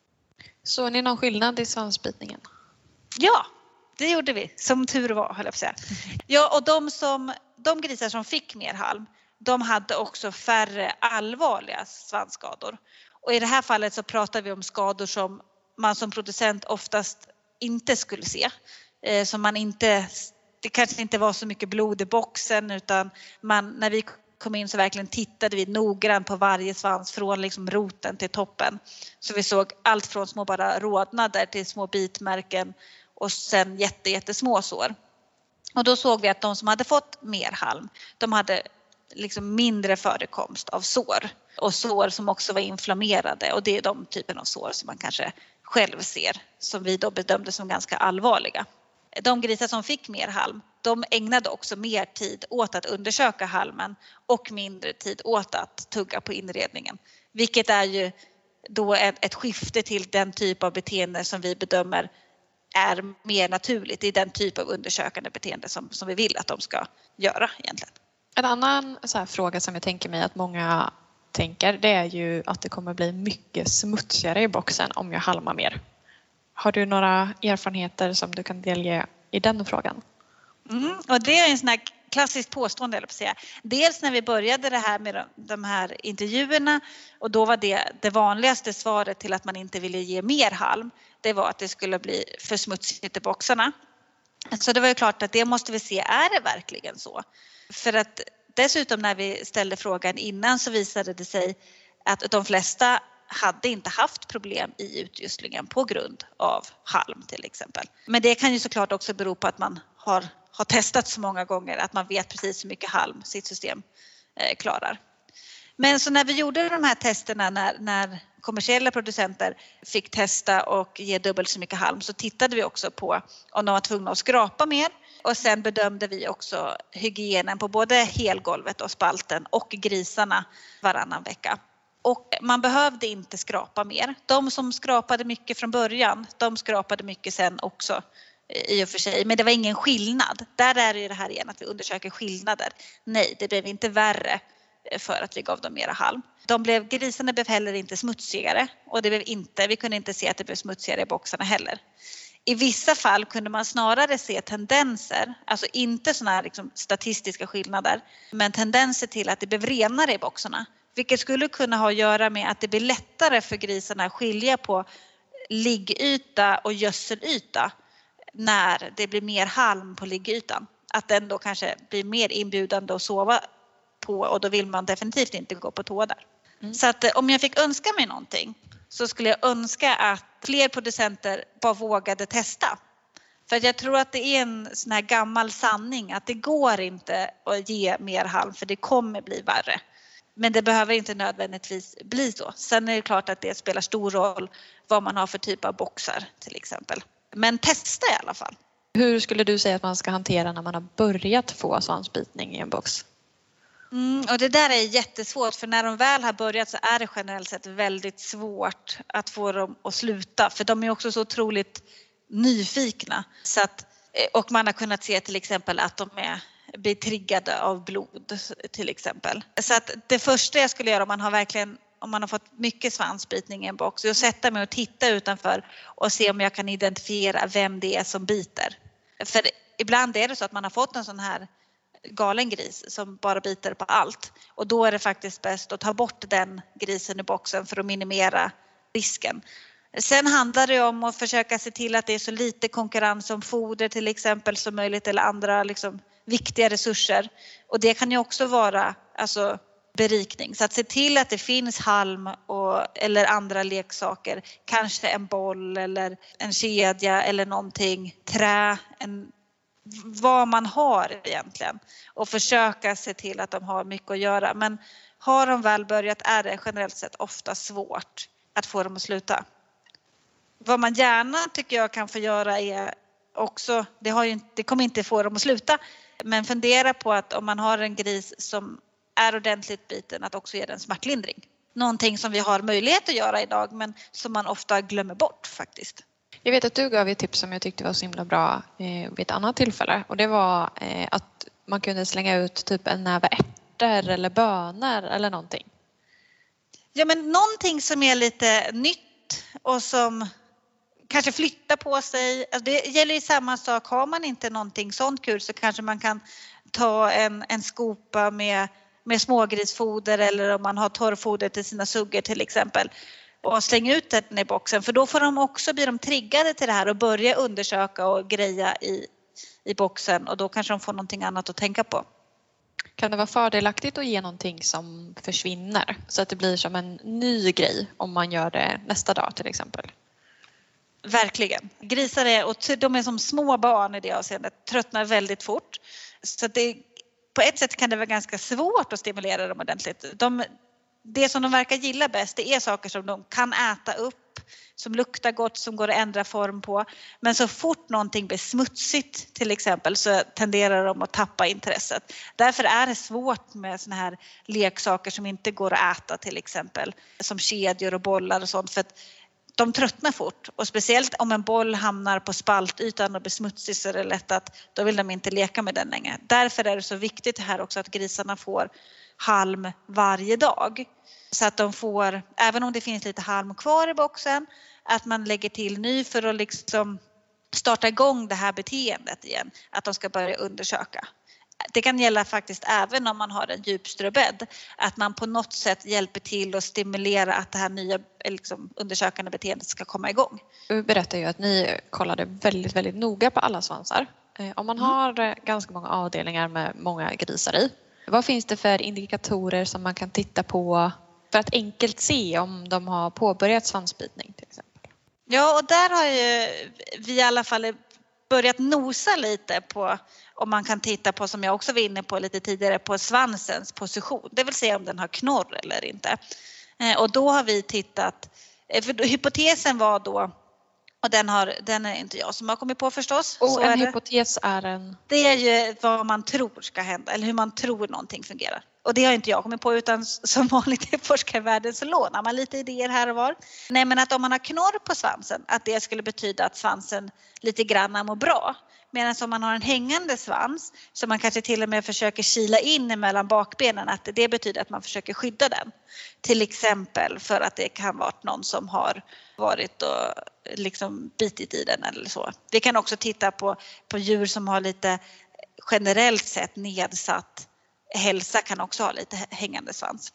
Såg ni någon skillnad i svansbitningen? Ja, det gjorde vi. Som tur var, höll jag på att säga. Ja, och de, som, de grisar som fick mer halm, de hade också färre allvarliga svansskador. Och i det här fallet så pratar vi om skador som man som producent oftast inte skulle se. Eh, som man inte, det kanske inte var så mycket blod i boxen utan man, när vi kom in så verkligen tittade vi noggrant på varje svans från liksom roten till toppen. Så vi såg allt från små bara rodnader till små bitmärken och sen jätte, jättesmå sår. Och då såg vi att de som hade fått mer halm, de hade liksom mindre förekomst av sår och sår som också var inflammerade och det är de typen av sår som man kanske själv ser som vi då bedömde som ganska allvarliga. De grisar som fick mer halm, de ägnade också mer tid åt att undersöka halmen och mindre tid åt att tugga på inredningen. Vilket är ju då ett, ett skifte till den typ av beteende som vi bedömer är mer naturligt. Det är den typ av undersökande beteende som, som vi vill att de ska göra egentligen. En annan så här fråga som jag tänker mig att många tänker det är ju att det kommer bli mycket smutsigare i boxen om jag halmar mer. Har du några erfarenheter som du kan delge i den frågan? Mm, och det är en sån här klassiskt påstående, eller på att säga. Dels när vi började det här med de, de här intervjuerna och då var det det vanligaste svaret till att man inte ville ge mer halm. Det var att det skulle bli för smutsigt i boxarna. Så det var ju klart att det måste vi se, är det verkligen så? För att dessutom när vi ställde frågan innan så visade det sig att de flesta hade inte haft problem i utgödslingen på grund av halm till exempel. Men det kan ju såklart också bero på att man har, har testat så många gånger att man vet precis hur mycket halm sitt system eh, klarar. Men så när vi gjorde de här testerna när, när kommersiella producenter fick testa och ge dubbelt så mycket halm så tittade vi också på om de var tvungna att skrapa mer. Och sen bedömde vi också hygienen på både helgolvet och spalten och grisarna varannan vecka. Och man behövde inte skrapa mer. De som skrapade mycket från början, de skrapade mycket sen också i och för sig. Men det var ingen skillnad. Där är det det här igen att vi undersöker skillnader. Nej, det blev inte värre för att vi gav dem mera halm. De blev, grisarna blev heller inte smutsigare och det blev inte, vi kunde inte se att det blev smutsigare i boxarna heller. I vissa fall kunde man snarare se tendenser, alltså inte sådana här liksom statistiska skillnader, men tendenser till att det blev renare i boxarna. Vilket skulle kunna ha att göra med att det blir lättare för grisarna att skilja på liggyta och gödselyta när det blir mer halm på liggytan. Att den då kanske blir mer inbjudande att sova på och då vill man definitivt inte gå på tå där. Mm. Så att om jag fick önska mig någonting så skulle jag önska att fler producenter bara vågade testa. För jag tror att det är en sån här gammal sanning att det går inte att ge mer halm för det kommer bli värre. Men det behöver inte nödvändigtvis bli så. Sen är det klart att det spelar stor roll vad man har för typ av boxar till exempel. Men testa i alla fall. Hur skulle du säga att man ska hantera när man har börjat få svansbitning i en box? Mm, och det där är jättesvårt för när de väl har börjat så är det generellt sett väldigt svårt att få dem att sluta. För de är också så otroligt nyfikna. Så att, och man har kunnat se till exempel att de är, blir triggade av blod till exempel. Så att det första jag skulle göra om man har verkligen om man har fått mycket svansbitning i en box är att sätta mig och titta utanför och se om jag kan identifiera vem det är som biter. För ibland är det så att man har fått en sån här galen gris som bara biter på allt. Och då är det faktiskt bäst att ta bort den grisen i boxen för att minimera risken. Sen handlar det om att försöka se till att det är så lite konkurrens om foder till exempel som möjligt eller andra liksom, viktiga resurser. Och det kan ju också vara alltså, berikning. Så att se till att det finns halm och, eller andra leksaker. Kanske en boll eller en kedja eller någonting. Trä, en vad man har egentligen och försöka se till att de har mycket att göra. Men har de väl börjat är det generellt sett ofta svårt att få dem att sluta. Vad man gärna tycker jag kan få göra är också, det, har ju, det kommer inte få dem att sluta, men fundera på att om man har en gris som är ordentligt biten att också ge den smärtlindring. Någonting som vi har möjlighet att göra idag men som man ofta glömmer bort faktiskt. Jag vet att du gav ett tips som jag tyckte var så himla bra eh, vid ett annat tillfälle. Och det var eh, att man kunde slänga ut typ en näve ärtor eller bönor eller någonting. Ja men någonting som är lite nytt och som kanske flyttar på sig. Alltså det gäller ju samma sak. Har man inte någonting sånt kul så kanske man kan ta en, en skopa med, med smågrisfoder eller om man har torrfoder till sina suggor till exempel. Och slänga ut den i boxen för då får de också bli de triggade till det här och börja undersöka och greja i, i boxen och då kanske de får någonting annat att tänka på. Kan det vara fördelaktigt att ge någonting som försvinner så att det blir som en ny grej om man gör det nästa dag till exempel? Verkligen. Grisar är, och de är som små barn i det avseendet, tröttnar väldigt fort. Så det, på ett sätt kan det vara ganska svårt att stimulera dem ordentligt. De, det som de verkar gilla bäst det är saker som de kan äta upp, som luktar gott, som går att ändra form på. Men så fort någonting blir smutsigt till exempel så tenderar de att tappa intresset. Därför är det svårt med såna här leksaker som inte går att äta till exempel. Som kedjor och bollar och sånt för att de tröttnar fort. Och speciellt om en boll hamnar på spaltytan och blir smutsig så är det lätt att då vill de inte leka med den längre. Därför är det så viktigt här också att grisarna får halm varje dag. Så att de får, även om det finns lite halm kvar i boxen, att man lägger till ny för att liksom starta igång det här beteendet igen. Att de ska börja undersöka. Det kan gälla faktiskt även om man har en djupströbädd. Att man på något sätt hjälper till och stimulera att det här nya liksom, undersökande beteendet ska komma igång. Du berättar ju att ni kollade väldigt, väldigt noga på alla svansar. Om man har ganska många avdelningar med många grisar i. Vad finns det för indikatorer som man kan titta på för att enkelt se om de har påbörjat svansbitning till exempel? Ja, och där har ju vi i alla fall börjat nosa lite på om man kan titta på, som jag också var inne på lite tidigare, på svansens position. Det vill säga om den har knorr eller inte. Och då har vi tittat, för hypotesen var då, och den, har, den är inte jag som har kommit på förstås. Och så en är det, hypotes är en? Det är ju vad man tror ska hända eller hur man tror någonting fungerar. Och det har inte jag kommit på, utan som vanligt i forskarvärlden så lånar man lite idéer här och var. Nej, men att om man har knorr på svansen, att det skulle betyda att svansen lite grann mår bra. Medan om man har en hängande svans som man kanske till och med försöker kila in mellan bakbenen, att det betyder att man försöker skydda den. Till exempel för att det kan vara någon som har varit och liksom bitit i den eller så. Vi kan också titta på, på djur som har lite generellt sett nedsatt hälsa, kan också ha lite hängande svans.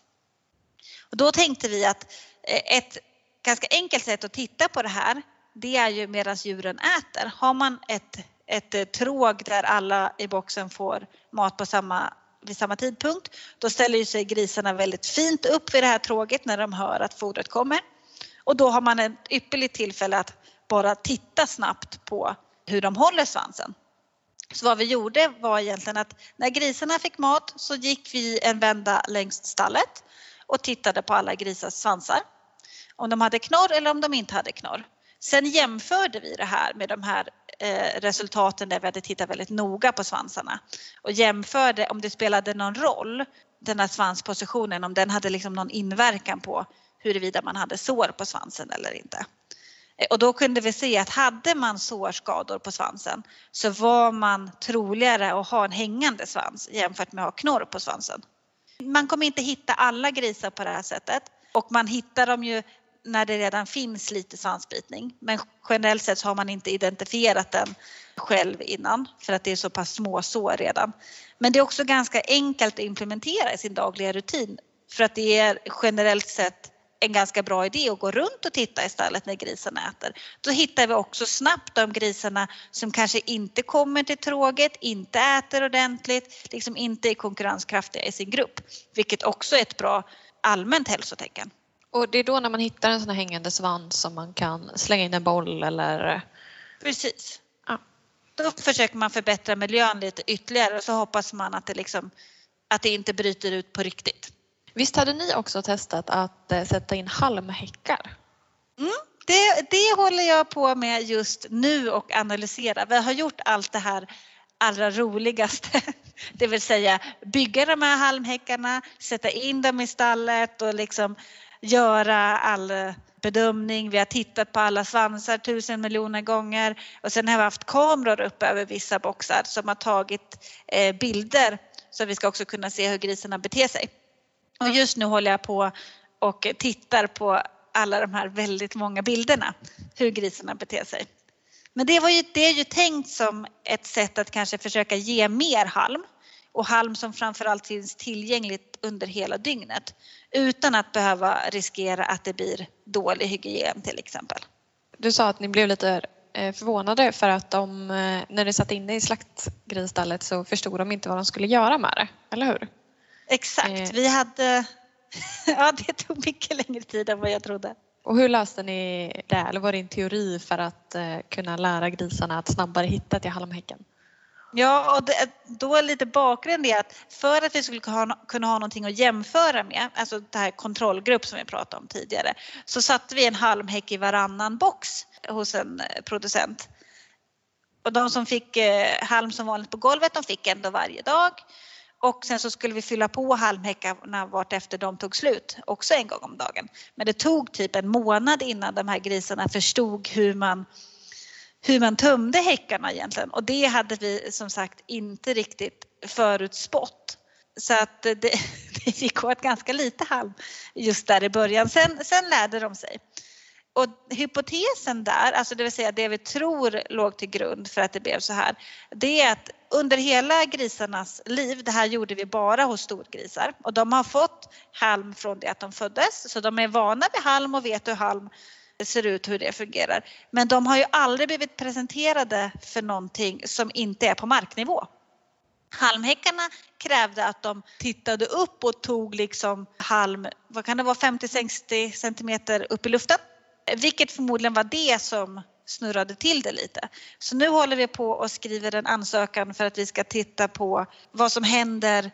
Och då tänkte vi att ett ganska enkelt sätt att titta på det här, det är ju medan djuren äter. Har man ett, ett tråg där alla i boxen får mat på samma, vid samma tidpunkt, då ställer ju sig grisarna väldigt fint upp vid det här tråget när de hör att fodret kommer. Och då har man ett ypperligt tillfälle att bara titta snabbt på hur de håller svansen. Så vad vi gjorde var egentligen att när grisarna fick mat så gick vi en vända längs stallet och tittade på alla grisars svansar. Om de hade knorr eller om de inte hade knorr. Sen jämförde vi det här med de här eh, resultaten där vi hade tittat väldigt noga på svansarna. Och jämförde om det spelade någon roll, den här svanspositionen, om den hade liksom någon inverkan på huruvida man hade sår på svansen eller inte. Och då kunde vi se att hade man sårskador på svansen så var man troligare att ha en hängande svans jämfört med att ha knorr på svansen. Man kommer inte hitta alla grisar på det här sättet, och man hittar dem ju när det redan finns lite svansbitning. Men generellt sett så har man inte identifierat den själv innan för att det är så pass små sår redan. Men det är också ganska enkelt att implementera i sin dagliga rutin för att det är generellt sett en ganska bra idé att gå runt och titta i stallet när grisarna äter. Då hittar vi också snabbt de grisarna som kanske inte kommer till tråget, inte äter ordentligt, liksom inte är konkurrenskraftiga i sin grupp. Vilket också är ett bra allmänt hälsotecken. Och det är då när man hittar en sån här hängande svans som man kan slänga in en boll eller... Precis. Ja. Då försöker man förbättra miljön lite ytterligare och så hoppas man att det, liksom, att det inte bryter ut på riktigt. Visst hade ni också testat att sätta in halmhäckar? Mm, det, det håller jag på med just nu och analyserar. Vi har gjort allt det här allra roligaste. Det vill säga bygga de här halmhäckarna, sätta in dem i stallet och liksom göra all bedömning. Vi har tittat på alla svansar tusen miljoner gånger. Och sen har vi haft kameror uppe över vissa boxar som har tagit eh, bilder. Så vi ska också kunna se hur grisarna beter sig. Och just nu håller jag på och tittar på alla de här väldigt många bilderna. Hur grisarna beter sig. Men det, var ju, det är ju tänkt som ett sätt att kanske försöka ge mer halm. Och halm som framförallt finns tillgängligt under hela dygnet. Utan att behöva riskera att det blir dålig hygien till exempel. Du sa att ni blev lite förvånade för att de, när ni satt inne i slaktgrisstallet så förstod de inte vad de skulle göra med det, eller hur? Exakt, vi hade, ja det tog mycket längre tid än vad jag trodde. Och hur löste ni det? Eller var det en teori för att kunna lära grisarna att snabbare hitta till halmhäcken? Ja, och det, då är lite bakgrund i att för att vi skulle kunna, kunna ha någonting att jämföra med, alltså det här kontrollgrupp som vi pratade om tidigare, så satte vi en halmhäck i varannan box hos en producent. Och de som fick eh, halm som vanligt på golvet, de fick ändå varje dag. Och sen så skulle vi fylla på halmhäckarna vart efter de tog slut, också en gång om dagen. Men det tog typ en månad innan de här grisarna förstod hur man hur man tömde häckarna egentligen. Och det hade vi som sagt inte riktigt förutspått. Så att det, det gick åt ganska lite halm just där i början. Sen, sen lärde de sig. Och hypotesen där, alltså det vill säga det vi tror låg till grund för att det blev så här. Det är att under hela grisarnas liv, det här gjorde vi bara hos storgrisar. Och de har fått halm från det att de föddes. Så de är vana vid halm och vet hur halm ser ut, hur det fungerar. Men de har ju aldrig blivit presenterade för någonting som inte är på marknivå. Halmhäckarna krävde att de tittade upp och tog liksom halm, vad kan det vara, femtio till sextio centimeter upp i luften. Vilket förmodligen var det som snurrade till det lite. Så nu håller vi på och skriver en ansökan för att vi ska titta på vad som händer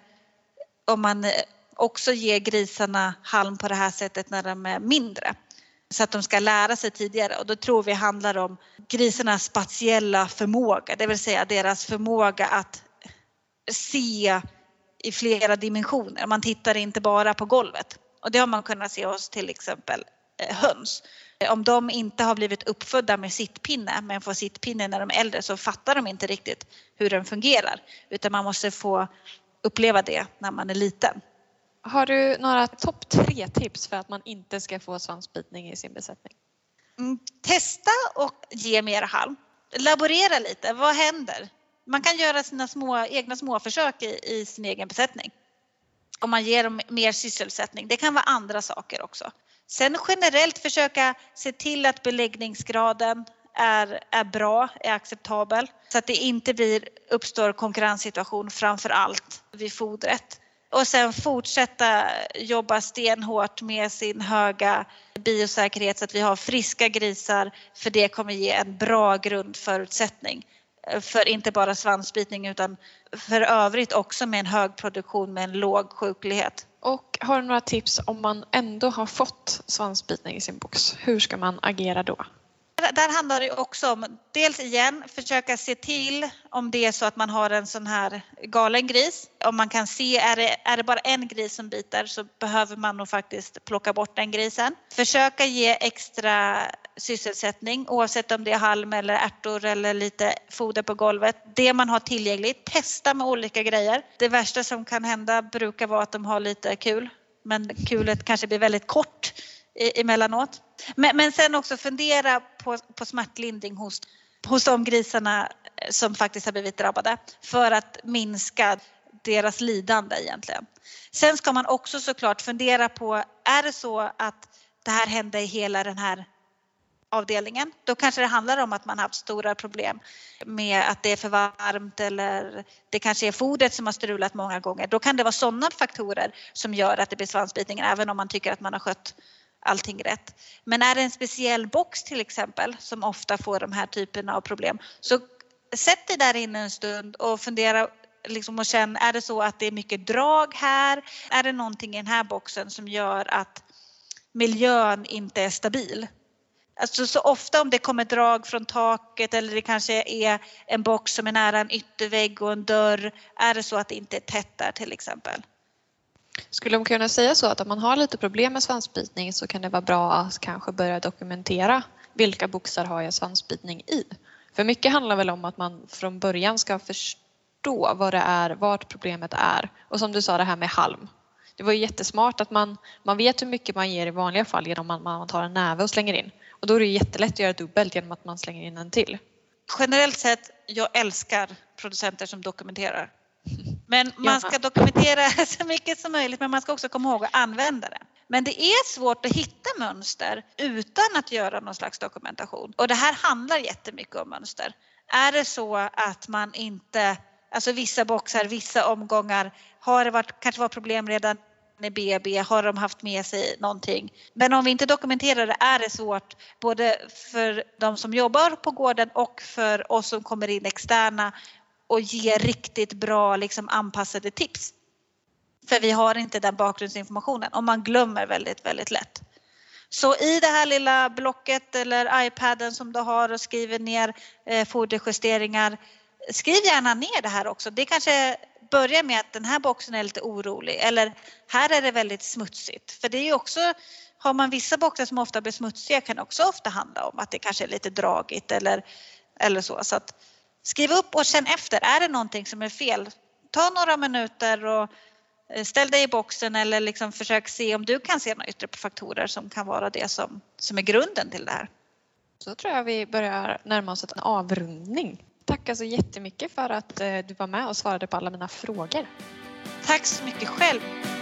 om man också ger grisarna halm på det här sättet när de är mindre. Så att de ska lära sig tidigare, och då tror vi handlar om grisarnas spatiella förmåga. Det vill säga deras förmåga att se i flera dimensioner. Man tittar inte bara på golvet. Och det har man kunnat se hos till exempel höns. Om de inte har blivit uppfödda med sittpinne men får sittpinne när de är äldre så fattar de inte riktigt hur den fungerar. Utan man måste få uppleva det när man är liten. Har du några topp tre tips för att man inte ska få svansbitning i sin besättning? Mm, testa och ge mer halm. Laborera lite. Vad händer? Man kan göra sina små, egna små försök i, i sin egen besättning. Om man ger dem mer sysselsättning. Det kan vara andra saker också. Sen generellt försöka se till att beläggningsgraden är, är bra, är acceptabel. Så att det inte blir, uppstår konkurrenssituation framför allt vid fodret. Och sen fortsätta jobba stenhårt med sin höga biosäkerhet så att vi har friska grisar. För det kommer ge en bra grundförutsättning. För inte bara svansbitning utan för övrigt också med en hög produktion med en låg sjuklighet. Och har du några tips om man ändå har fått svansbitning i sin box? Hur ska man agera då? Där handlar det också om, dels igen, försöka se till om det är så att man har en sån här galen gris. Om man kan se, är det, är det bara en gris som biter så behöver man nog faktiskt plocka bort den grisen. Försöka ge extra sysselsättning oavsett om det är halm eller ärtor eller lite foder på golvet. Det man har tillgängligt, testa med olika grejer. Det värsta som kan hända brukar vara att de har lite kul. Men kulet kanske blir väldigt kort emellanåt. Men, men sen också fundera på, på smärtlindring hos, hos de grisarna som faktiskt har blivit drabbade. För att minska deras lidande egentligen. Sen ska man också såklart fundera på, är det så att det här hände i hela den här avdelningen? Då kanske det handlar om att man har haft stora problem med att det är för varmt eller det kanske är fodret som har strulat många gånger. Då kan det vara sådana faktorer som gör att det blir svansbitning även om man tycker att man har skött allting rätt. Men är det en speciell box till exempel som ofta får de här typerna av problem, så sätt dig där inne en stund och fundera liksom och känn, är det så att det är mycket drag här? Är det någonting i den här boxen som gör att miljön inte är stabil? Alltså så ofta om det kommer drag från taket eller det kanske är en box som är nära en yttervägg och en dörr, är det så att det inte är tätt där till exempel? Skulle man kunna säga så att om man har lite problem med svansbitning så kan det vara bra att kanske börja dokumentera vilka boxar har jag svansbitning i? För mycket handlar väl om att man från början ska förstå vad det är, vart problemet är. Och som du sa, det här med halm. Det var ju jättesmart att man, man vet hur mycket man ger i vanliga fall genom att man tar en näve och slänger in. Och då är det jättelätt att göra dubbelt genom att man slänger in en till. Generellt sett, jag älskar producenter som dokumenterar. Men man ska dokumentera så mycket som möjligt, men man ska också komma ihåg att använda det. Men det är svårt att hitta mönster utan att göra någon slags dokumentation. Och det här handlar jättemycket om mönster. Är det så att man inte, alltså vissa boxar, vissa omgångar, har det varit, kanske var problem redan med B B, har de haft med sig någonting. Men om vi inte dokumenterar det är det svårt både för de som jobbar på gården och för oss som kommer in externa och ge riktigt bra liksom, anpassade tips. För vi har inte den bakgrundsinformationen och man glömmer väldigt, väldigt lätt. Så i det här lilla blocket eller iPaden som du har och skriver ner eh, foderjusteringar, skriv gärna ner det här också. Det kanske börjar med att den här boxen är lite orolig eller här är det väldigt smutsigt. För det är ju också, har man vissa boxar som ofta blir smutsiga kan också ofta handla om att det kanske är lite dragigt eller, eller så. Så att skriv upp och känn efter, är det någonting som är fel? Ta några minuter och ställ dig i boxen eller liksom försök se om du kan se några yttre faktorer som kan vara det som, som är grunden till det här. Så tror jag vi börjar närma oss en avrundning. Tack så jättemycket för att du var med och svarade på alla mina frågor. Tack så mycket själv.